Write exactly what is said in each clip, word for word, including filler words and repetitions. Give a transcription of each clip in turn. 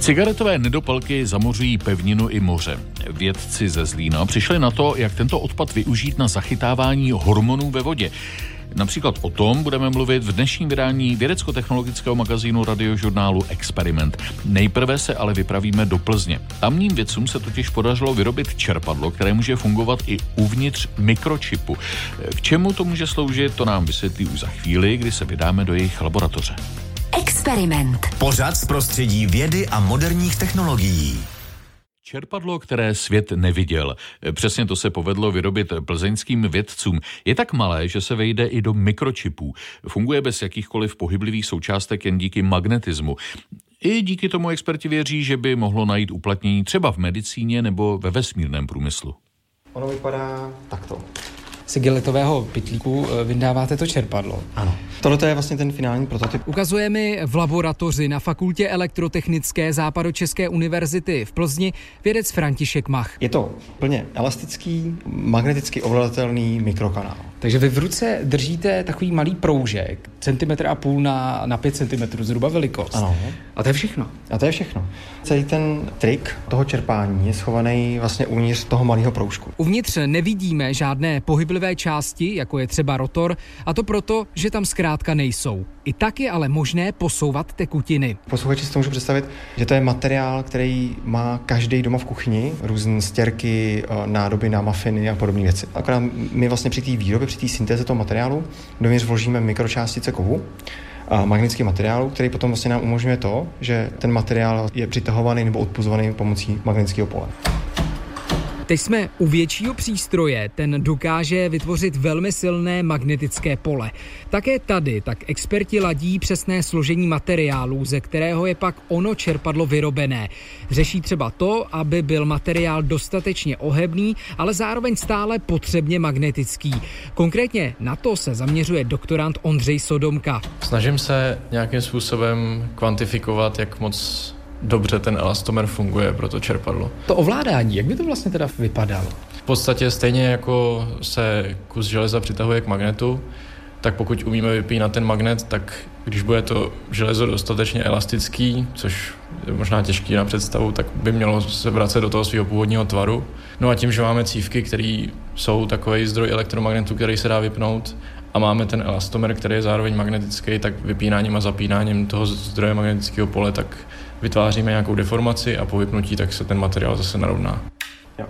Cigaretové nedopalky zamořují pevninu i moře. Vědci ze Zlína přišli na to, jak tento odpad využít na zachytávání hormonů ve vodě. Například o tom budeme mluvit v dnešním vydání vědecko-technologického magazínu radiožurnálu Experiment. Nejprve se ale vypravíme do Plzně. Tamním vědcům se totiž podařilo vyrobit čerpadlo, které může fungovat i uvnitř mikročipu. K čemu to může sloužit, to nám vysvětlí už za chvíli, kdy se vydáme do jejich laboratoře. Experiment. Pořad z prostředí vědy a moderních technologií. Čerpadlo, které svět neviděl. Přesně to se povedlo vyrobit plzeňským vědcům. Je tak malé, že se vejde i do mikročipů. Funguje bez jakýchkoliv pohyblivých součástek jen díky magnetismu. I díky tomu experti věří, že by mohlo najít uplatnění třeba v medicíně nebo ve vesmírném průmyslu. Ono vypadá takto. Z igelitového pytlíku vyndáváte to čerpadlo. Ano. Tohle je vlastně ten finální prototyp. Ukazuje mi v laboratoři na Fakultě elektrotechnické Západočeské univerzity v Plzni vědec František Mach. Je to plně elastický, magneticky ovladatelný mikrokanál. Takže vy v ruce držíte takový malý proužek, centimetr a půl na, na pět centimetrů, zhruba velikost. Ano. A to je všechno. A to je všechno. Celý ten trik toho čerpání je schovaný vlastně uvnitř toho malého proužku. Uvnitř nevidíme žádné pohyblivé části, jako je třeba rotor, a to proto, že tam zkrátka nejsou. I tak je ale možné posouvat tekutiny. Posluchači si to můžu představit, že to je materiál, který má každý doma v kuchyni, různé stěrky, nádoby na mafiny a podobné věci. Akorát my vlastně při té výrobě, při té syntéze toho materiálu dovnitř vložíme mikročástice kovu, a magnetický materiálu, který potom vlastně nám umožňuje to, že ten materiál je přitahovaný nebo odpuzovaný pomocí magnetického pole. Teď jsme u většího přístroje, ten dokáže vytvořit velmi silné magnetické pole. Také tady tak experti ladí přesné složení materiálu, ze kterého je pak ono čerpadlo vyrobené. Řeší třeba to, aby byl materiál dostatečně ohebný, ale zároveň stále potřebně magnetický. Konkrétně na to se zaměřuje doktorand Ondřej Sodomka. Snažím se nějakým způsobem kvantifikovat, jak moc dobře ten elastomer funguje pro to čerpadlo. To ovládání, jak by to vlastně teda vypadalo? V podstatě stejně jako se kus železa přitahuje k magnetu, tak pokud umíme vypínat ten magnet, tak když bude to železo dostatečně elastický, což je možná těžký na představu, tak by mělo se vracet do toho svého původního tvaru. No a tím, že máme cívky, které jsou takový zdroj elektromagnetu, který se dá vypnout, a máme ten elastomer, který je zároveň magnetický, tak vypínáním a zapínáním toho zdroje magnetického pole, tak vytváříme nějakou deformaci a po vypnutí tak se ten materiál zase narovná. Jo.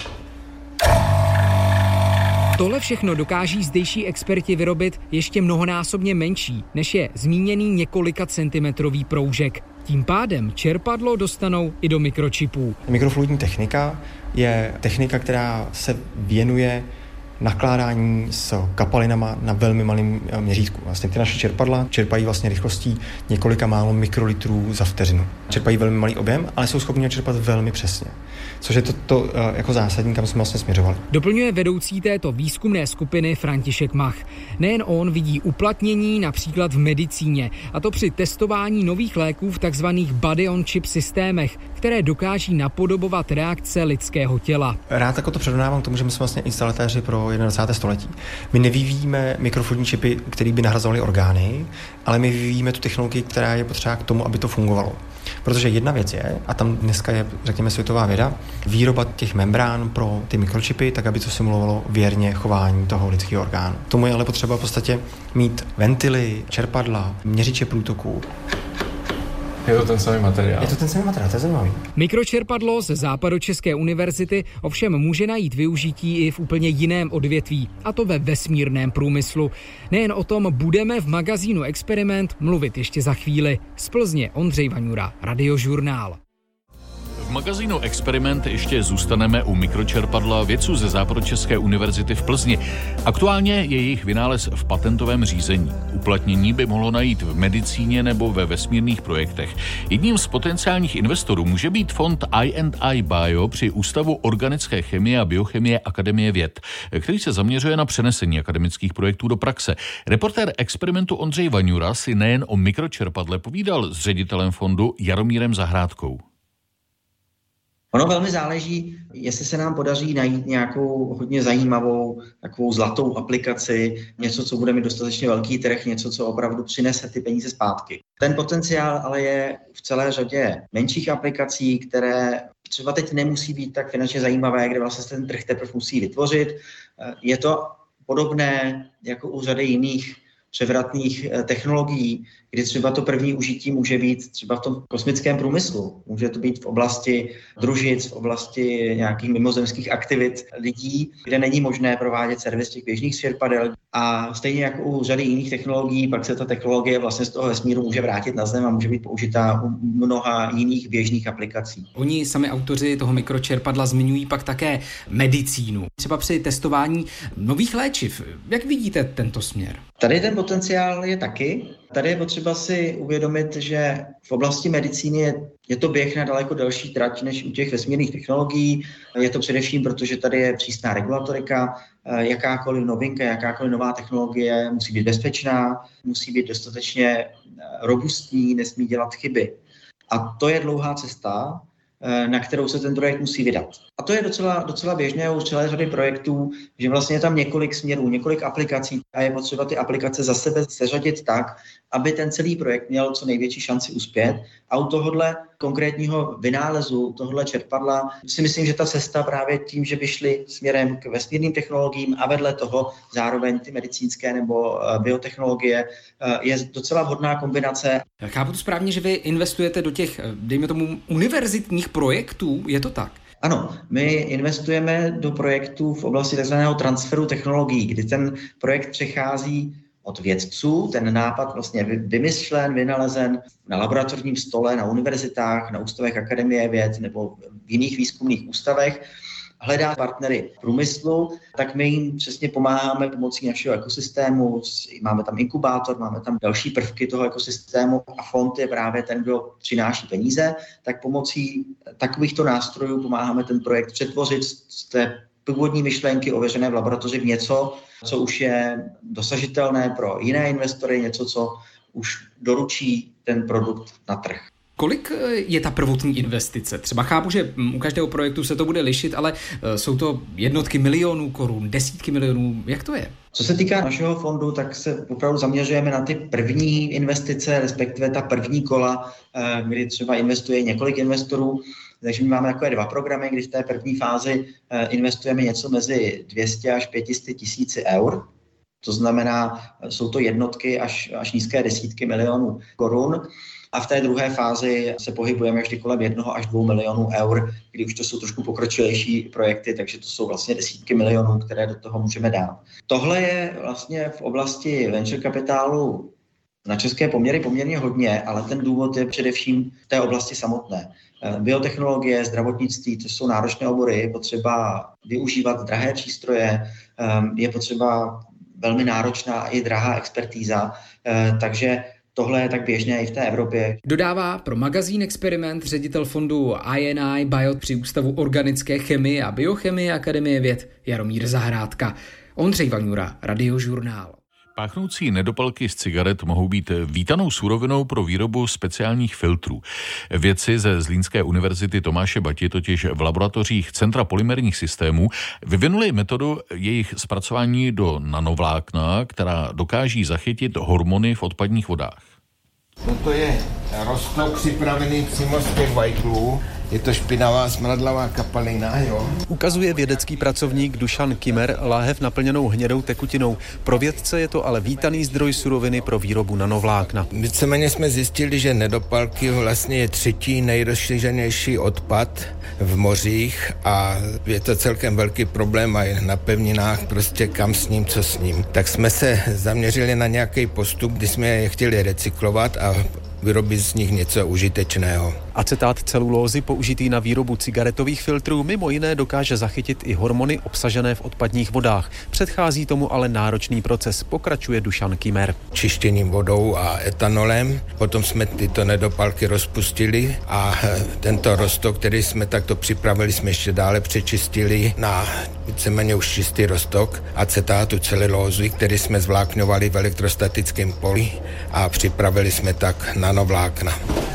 Tohle všechno dokáží zdejší experti vyrobit ještě mnohonásobně menší, než je zmíněný několika centimetrový proužek. Tím pádem čerpadlo dostanou i do mikročipů. Mikrofluidní technika je technika, která se věnuje nakládání s kapalinama na velmi malém měřítku. Vlastně ty naše čerpadla čerpají vlastně rychlostí několika málo mikrolitrů za vteřinu. Čerpají velmi malý objem, ale jsou schopni čerpat velmi přesně. Což je to, to jako zásadní, kam jsme vlastně směřovali. Doplňuje vedoucí této výzkumné skupiny František Mach. Nejen on vidí uplatnění například v medicíně, a to při testování nových léků v takzvaných body-on-chip systémech, které dokáží napodobovat reakce lidského těla. Rád jako to předonávám k tomu, že my jsme vlastně instalatéři pro dvacátého prvního století. My nevyvíjíme mikrofluidní čipy, které by nahrazovaly orgány, ale my vyvíjíme tu technologii, která je potřeba k tomu, aby to fungovalo. Protože jedna věc je, a tam dneska je, řekněme, světová věda, výroba těch membrán pro ty mikročipy, tak aby to simulovalo věrně chování toho lidského orgánu. K tomu je ale potřeba v podstatě mít ventily, čerpadla, měřiče průtoku. Je to ten samý materiál. Je to ten samý materiál, to je zajímavý. Mikročerpadlo ze Západočeské univerzity ovšem může najít využití i v úplně jiném odvětví, a to ve vesmírném průmyslu. Nejen o tom budeme v magazínu Experiment mluvit ještě za chvíli. Z Plzně Ondřej Vaňura, Radiožurnál. V magazínu Experiment ještě zůstaneme u mikročerpadla vědců ze Západočeské univerzity v Plzni. Aktuálně je jejich vynález v patentovém řízení. Uplatnění by mohlo najít v medicíně nebo ve vesmírných projektech. Jedním z potenciálních investorů může být fond I and I Bio při Ústavu organické chemie a biochemie Akademie věd, který se zaměřuje na přenesení akademických projektů do praxe. Reportér Experimentu Ondřej Vaňura si nejen o mikročerpadle povídal s ředitelem fondu Jaromírem Zahrádkou. Ono velmi záleží, jestli se nám podaří najít nějakou hodně zajímavou, takovou zlatou aplikaci, něco, co bude mít dostatečně velký trh, něco, co opravdu přinese ty peníze zpátky. Ten potenciál ale je v celé řadě menších aplikací, které třeba teď nemusí být tak finančně zajímavé, kde vlastně ten trh teprve musí vytvořit. Je to podobné jako u řady jiných převratných technologií, kdy třeba to první užití může být třeba v tom kosmickém průmyslu. Může to být v oblasti družic, v oblasti nějakých mimozemských aktivit lidí, kde není možné provádět servis těch běžných čerpadel. A stejně jako u řady jiných technologií, pak se ta technologie vlastně z toho vesmíru může vrátit na Zem a může být použitá u mnoha jiných běžných aplikací. Oni sami autoři toho mikročerpadla zmiňují pak také medicínu. Třeba při testování nových léčiv. Jak vidíte tento směr? Tady ten potenciál je taky. Tady je potřeba si uvědomit, že v oblasti medicíny je, je to běh na daleko delší trať než u těch vesmírných technologií. Je to především, protože tady je přísná regulatorika, jakákoliv novinka, jakákoliv nová technologie musí být bezpečná, musí být dostatečně robustní, nesmí dělat chyby. A to je dlouhá cesta, na kterou se ten projekt musí vydat. A to je docela, docela běžné u celé řady projektů, že vlastně je tam několik směrů, několik aplikací a je potřeba ty aplikace za sebe seřadit tak, aby ten celý projekt měl co největší šanci uspět. A u tohohle konkrétního vynálezu, tohohle čerpadla, si myslím, že ta cesta právě tím, že by šli směrem k vesmírným technologiím a vedle toho zároveň ty medicínské nebo biotechnologie, je docela vhodná kombinace. Chápu to správně, že vy investujete do těch, dejme tomu, univerzitních projektů, je to tak? Ano, my investujeme do projektů v oblasti tzv. Transferu technologií, kdy ten projekt přechází od vědců, ten nápad vlastně vymyšlen, vynalezen na laboratorním stole, na univerzitách, na ústavech Akademie věd nebo v jiných výzkumných ústavech, hledá partnery v průmyslu, tak my jim přesně pomáháme pomocí našeho ekosystému. Máme tam inkubátor, máme tam další prvky toho ekosystému a fond je právě ten, kdo přináší peníze, tak pomocí takovýchto nástrojů pomáháme ten projekt přetvořit z té původní myšlenky ověřené v laboratoři v něco, co už je dosažitelné pro jiné investory, něco, co už doručí ten produkt na trh. Kolik je ta prvotní investice? Třeba chápu, že u každého projektu se to bude lišit, ale jsou to jednotky milionů korun, desítky milionů. Jak to je? Co se týká našeho fondu, tak se opravdu zaměřujeme na ty první investice, respektive ta první kola, kdy třeba investuje několik investorů. Takže my máme takové dva programy, kdy v té první fázi investujeme něco mezi dvě stě až pět set tisíci eur. To znamená, jsou to jednotky až, až nízké desítky milionů korun. A v té druhé fázi se pohybujeme vždy kolem jednoho až dvou milionů eur, kdy už to jsou trošku pokročilejší projekty, takže to jsou vlastně desítky milionů, které do toho můžeme dát. Tohle je vlastně v oblasti venture kapitálu na české poměry poměrně hodně, ale ten důvod je především v té oblasti samotné. Biotechnologie, zdravotnictví, to jsou náročné obory, je potřeba využívat drahé přístroje, je potřeba velmi náročná i drahá expertíza, takže tohle je tak běžné i v té Evropě. Dodává pro magazín Experiment ředitel fondu I N I Bio při Ústavu organické chemie a biochemie Akademie věd Jaromír Zahrádka. Ondřej Vaňura, Radiožurnál. Páchnoucí nedopalky z cigaret mohou být vítanou surovinou pro výrobu speciálních filtrů. Vědci ze Zlínské univerzity Tomáše Bati totiž v laboratořích Centra polymerních systémů vyvinuli metodu jejich zpracování do nanovlákna, která dokáží zachytit hormony v odpadních vodách. Toto je rostlok připravený přímo z těch vajklů. Je to špinavá smradlavá kapalina, jo. Ukazuje vědecký pracovník Dušan Kimer láhev naplněnou hnědou tekutinou. Pro vědce je to ale vítaný zdroj suroviny pro výrobu nanovlákna. Víceméně jsme zjistili, že nedopalky vlastně je třetí nejrozšířenější odpad v mořích a je to celkem velký problém a je na pevninách prostě kam s ním, co s ním. Tak jsme se zaměřili na nějaký postup, kdy jsme je chtěli recyklovat a vyrobit z nich něco užitečného. Acetát celulózy použitý na výrobu cigaretových filtrů mimo jiné dokáže zachytit i hormony obsažené v odpadních vodách. Předchází tomu ale náročný proces, pokračuje Dušan Kimer. Čištěním vodou a etanolem, potom jsme tyto nedopalky rozpustili a tento rostok, který jsme takto připravili, jsme ještě dále přečistili na víceméně už čistý rostok acetátu celulózy, který jsme zvlákňovali v elektrostatickém poli a připravili jsme tak nanovlákna.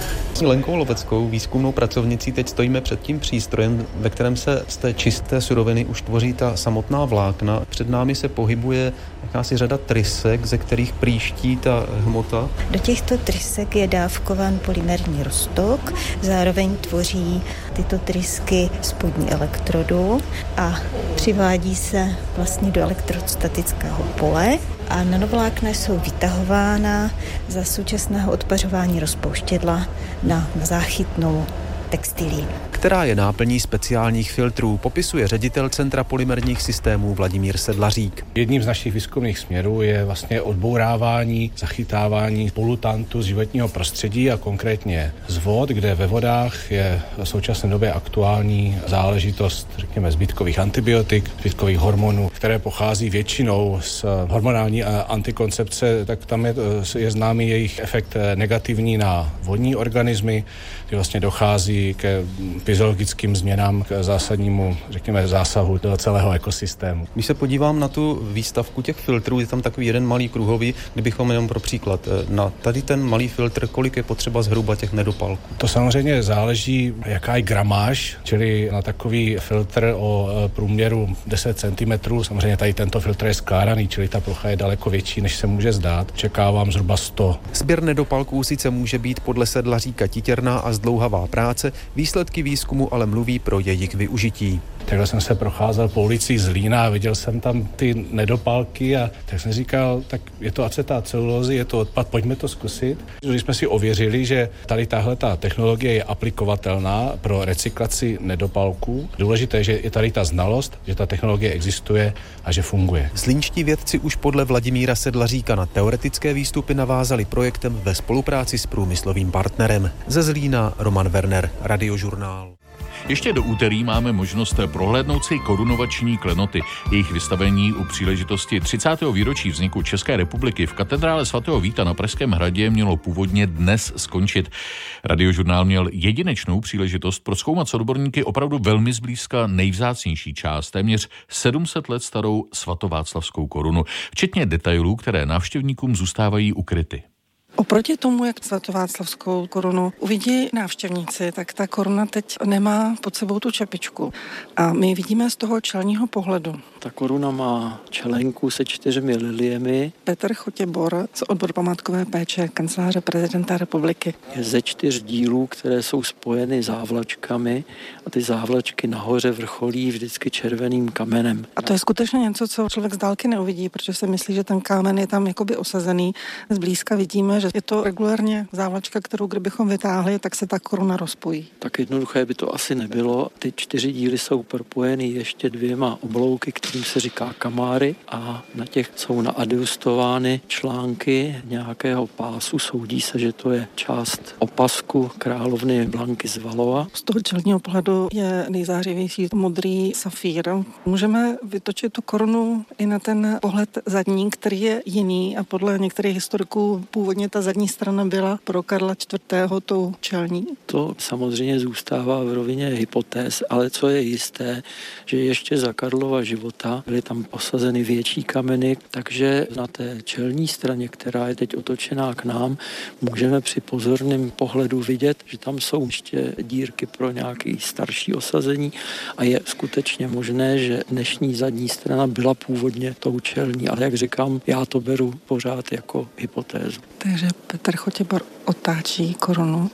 Lenkou Loveckou, výzkumnou pracovnicí, teď stojíme před tím přístrojem, ve kterém se z té čisté suroviny už tvoří ta samotná vlákna. Před námi se pohybuje jakási řada trysek, ze kterých příští ta hmota. Do těchto trysek je dávkován polymerní roztok, zároveň tvoří tyto trysky spodní elektrodu a přivádí se vlastně do elektrostatického pole a nanovlákna jsou vytahována za současného odpařování rozpouštědla na záchytnou textilii. Která je náplní speciálních filtrů, popisuje ředitel Centra polymerních systémů Vladimír Sedlařík. Jedním z našich výzkumných směrů je vlastně odbourávání, zachytávání polutantů z životního prostředí a konkrétně z vod, kde ve vodách je v současné době aktuální záležitost, řekněme, zbytkových antibiotik, zbytkových hormonů, které pochází většinou z hormonální antikoncepce, tak tam je, je známý jejich efekt negativní na vodní organismy, kdy vlastně dochází ke fyziologickým změnám, k zásadnímu, řekněme, zásahu do celého ekosystému. Když se podívám na tu výstavku těch filtrů, je tam takový jeden malý kruhový, kdybychom jenom pro příklad, na tady ten malý filtr, kolik je potřeba zhruba těch nedopalků? To samozřejmě záleží, jaká je gramáž, čili na takový filtr o průměru deset centimetrů, samozřejmě tady tento filtr je skládaný, čili ta plocha je daleko větší, než se může zdát. Čekávám zhruba sto. Sběr nedopalků sice může být podle Sedlaříka titěrná a zdlouhavá práce, výsledky výzkumu ale mluví pro jejich využití. Takhle jsem se procházel po ulici Zlína a viděl jsem tam ty nedopalky a tak jsem říkal, tak je to acetát celulózy, je to odpad, pojďme to zkusit. Když jsme si ověřili, že tady tahle ta technologie je aplikovatelná pro recyklaci nedopalků, důležité je, že je tady ta znalost, že ta technologie existuje a že funguje. Zlínští vědci už podle Vladimíra Sedlaříka na teoretické výstupy navázali projektem ve spolupráci s průmyslovým partnerem. Ze Zlína Roman Werner, Radiožurnál. Ještě do úterý máme možnost prohlédnout si korunovační klenoty. Jejich vystavení u příležitosti třicátého výročí vzniku České republiky v katedrále svatého Víta na Pražském hradě mělo původně dnes skončit. Radiožurnál měl jedinečnou příležitost prozkoumat s odborníky opravdu velmi zblízka nejvzácnější část, téměř sedm set let starou svatováclavskou korunu, včetně detailů, které návštěvníkům zůstávají ukryty. Oproti tomu, jak svatováclavskou korunu uvidí návštěvníci, tak ta koruna teď nemá pod sebou tu čepičku. A my vidíme z toho čelního pohledu. Ta koruna má čelenku se čtyřmi liliemi. Petr Chotěbor z odboru památkové péče kanceláře prezidenta republiky. Je ze čtyř dílů, které jsou spojeny závlačkami a ty závlačky nahoře vrcholí vždycky červeným kamenem. A to je skutečně něco, co člověk z dálky neuvidí, protože si myslí, že ten kámen je tam jakoby osazený. Zblízka vidíme, že je to regulárně závlačka, kterou kdybychom vytáhli, tak se ta koruna rozpojí. Tak jednoduché by to asi nebylo. Ty čtyři díly jsou propojeny ještě dvěma oblouky, kterým se říká kamáry a na těch jsou naadjustovány články nějakého pásu. Soudí se, že to je část opasku královny Blanky z Valois. Z toho čelního pohledu je nejzářivější modrý safír. Můžeme vytočit tu korunu i na ten pohled zadní, který je jiný a podle některých historiků původně ta zadní strana byla pro Karla čtvrtého tou čelní. To samozřejmě zůstává v rovině hypotéz, ale co je jisté, že ještě za Karlova života byly tam osazeny větší kameny, takže na té čelní straně, která je teď otočená k nám, můžeme při pozorném pohledu vidět, že tam jsou ještě dírky pro nějaké starší osazení a je skutečně možné, že dnešní zadní strana byla původně tou čelní, ale jak říkám, já to beru pořád jako hypotézu. Takže Petr Chotěbor otáčí korunu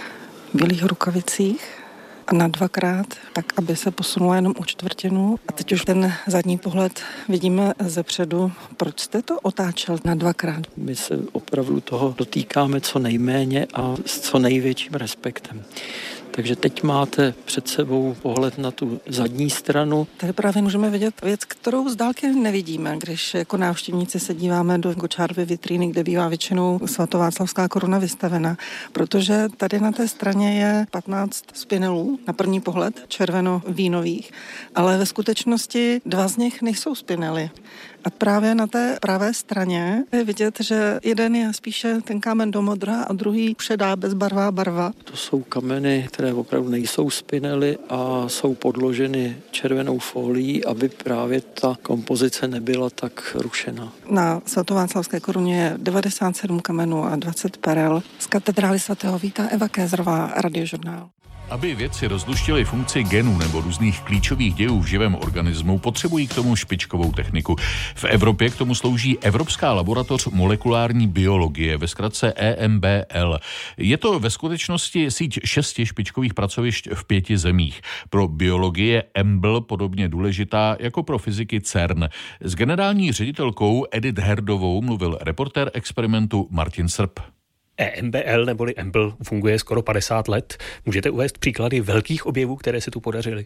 v bílých rukavicích a na dvakrát, tak aby se posunula jenom o čtvrtinu. A teď už ten zadní pohled vidíme zepředu. Proč jste to otáčel na dvakrát? My se opravdu toho dotýkáme co nejméně a s co největším respektem. Takže teď máte před sebou pohled na tu zadní stranu. Tady právě můžeme vidět věc, kterou z dálky nevidíme, když jako návštěvníci se díváme do Gočárovy vitríny, kde bývá většinou svatováclavská koruna vystavena, protože tady na té straně je patnáct spinelů, na první pohled červeno-vínových, ale ve skutečnosti dva z nich nejsou spinely. A právě na té pravé straně je vidět, že jeden je spíše ten kámen do modra a druhý šedá bezbarvá barva. To jsou kameny, které které opravdu nejsou spinely a jsou podloženy červenou folií, aby právě ta kompozice nebyla tak rušena. Na svatováclavské koruně je devadesát sedm kamenů a dvacet perel. Z katedrály svatého Víta Eva Kézrová, Radiožurnál. Aby vědci rozluštili funkci genů nebo různých klíčových dějů v živém organismu, potřebují k tomu špičkovou techniku. V Evropě k tomu slouží Evropská laboratoř molekulární biologie, ve zkratce E M B L. Je to ve skutečnosti síť šesti špičkových pracovišť v pěti zemích. Pro biologii je E M B L podobně důležitá jako pro fyziky CERN. S generální ředitelkou Edith Herdovou mluvil reportér Experimentu Martin Srb. E M B L neboli E M B L funguje skoro padesát let. Můžete uvést příklady velkých objevů, které se tu podařily?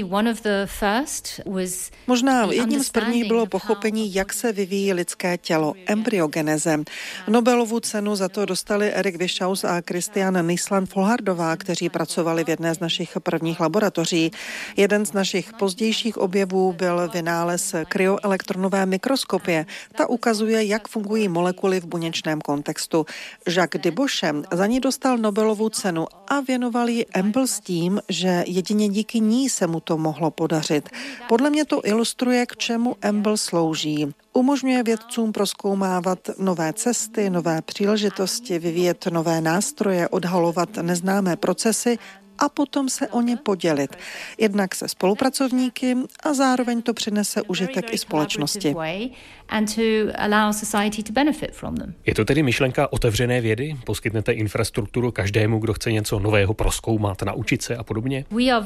Možná jedním z prvních bylo pochopení, jak se vyvíjí lidské tělo, embryogeneze. Nobelovu cenu za to dostali Erik Wischhaus a Christian Nisland-Folhardová, kteří pracovali v jedné z našich prvních laboratoří. Jeden z našich pozdějších objevů byl vynález kryoelektronové mikroskopie. Ta ukazuje, jak fungují molekuly v buněčném kontextu. Jacques Debouche za ní dostal Nobelovu cenu a věnoval ji E M B L s tím, že jedině díky ní se mu to mohlo podařit. Podle mě to ilustruje, k čemu E M B L slouží. Umožňuje vědcům prozkoumávat nové cesty, nové příležitosti, vyvíjet nové nástroje, odhalovat neznámé procesy a potom se o ně podělit. Jednak se spolupracovníky a zároveň to přinese užitek i společnosti. Je to tedy myšlenka otevřené vědy? Poskytnete infrastrukturu každému, kdo chce něco nového prozkoumat, naučit se a podobně?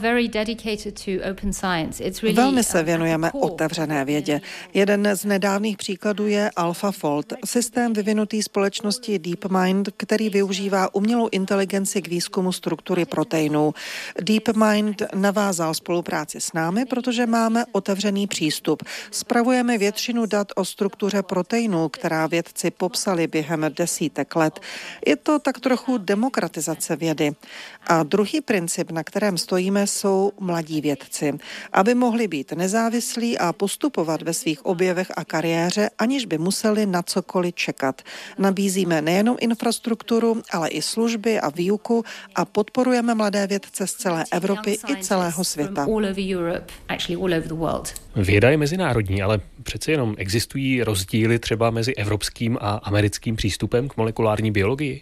Velmi se věnujeme otevřené vědě. Jeden z nedávných příkladů je AlphaFold, systém vyvinutý společností DeepMind, který využívá umělou inteligenci k výzkumu struktury proteinů. DeepMind navázal spolupráci s námi, protože máme otevřený přístup. Spravujeme většinu dat o struktuře proteinů, která vědci popsali během desítek let. Je to tak trochu demokratizace vědy. A druhý princip, na kterém stojíme, jsou mladí vědci, aby mohli být nezávislí a postupovat ve svých objevech a kariéře, aniž by museli na cokoliv čekat. Nabízíme nejenom infrastrukturu, ale i služby a výuku a podporujeme mladé vědce z celé Evropy i celého světa. Věda je mezinárodní, ale přece jenom existují rozdíly třeba mezi evropským a americkým přístupem k molekulární biologii?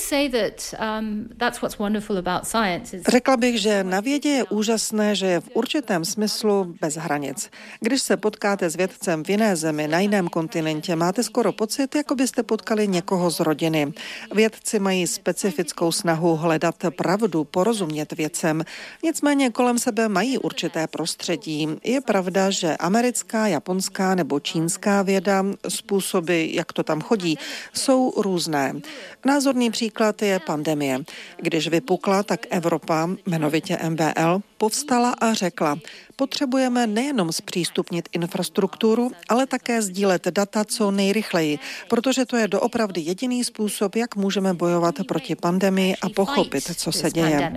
Řekla bych, že na vědě je úžasné, že je v určitém smyslu bez hranic. Když se potkáte s vědcem v jiné zemi, na jiném kontinentě, máte skoro pocit, jako byste potkali někoho z rodiny. Vědci mají specifickou snahu hledat pravdu, porozumět věcem. Nicméně kolem sebe mají určité prostředí. Je pravda, že americká, japonská nebo čínská věda, způsoby, jak to tam chodí, jsou různé. Názorný příklad je pandemie. Když vypukla, tak Evropa, jmenovitě M B L, povstala a řekla: potřebujeme nejenom zpřístupnit infrastrukturu, ale také sdílet data co nejrychleji, protože to je doopravdy jediný způsob, jak můžeme bojovat proti pandemii a pochopit, co se děje.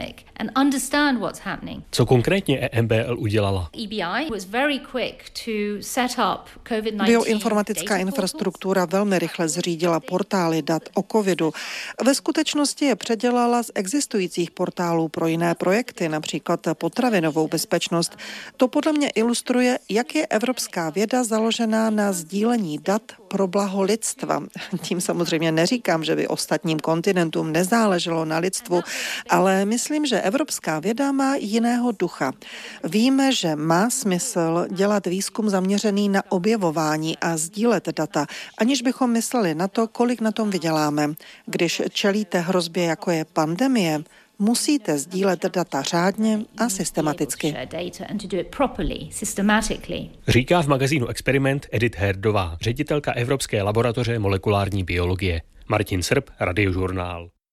Co konkrétně E M B L udělala? Bioinformatická infrastruktura velmi rychle zřídila portály dat o covidu. Ve skutečnosti je předělala z existujících portálů pro jiné projekty, například potravinovou bezpečnost. To podle mě ilustruje, jak je evropská věda založená na sdílení dat pro blaho lidstva. Tím samozřejmě neříkám, že by ostatním kontinentům nezáleželo na lidstvu, ale myslím, že evropská věda má jiného ducha. Víme, že má smysl dělat výzkum zaměřený na objevování a sdílet data, aniž bychom mysleli na to, kolik na tom vyděláme. Když čelíte hrozbě, jako je pandemie, musíte sdílet data řádně a systematicky. Říká v magazínu Experiment Edith Herdová, ředitelka Evropské laboratoře molekulární biologie. Martin Srb, Radiožurnál.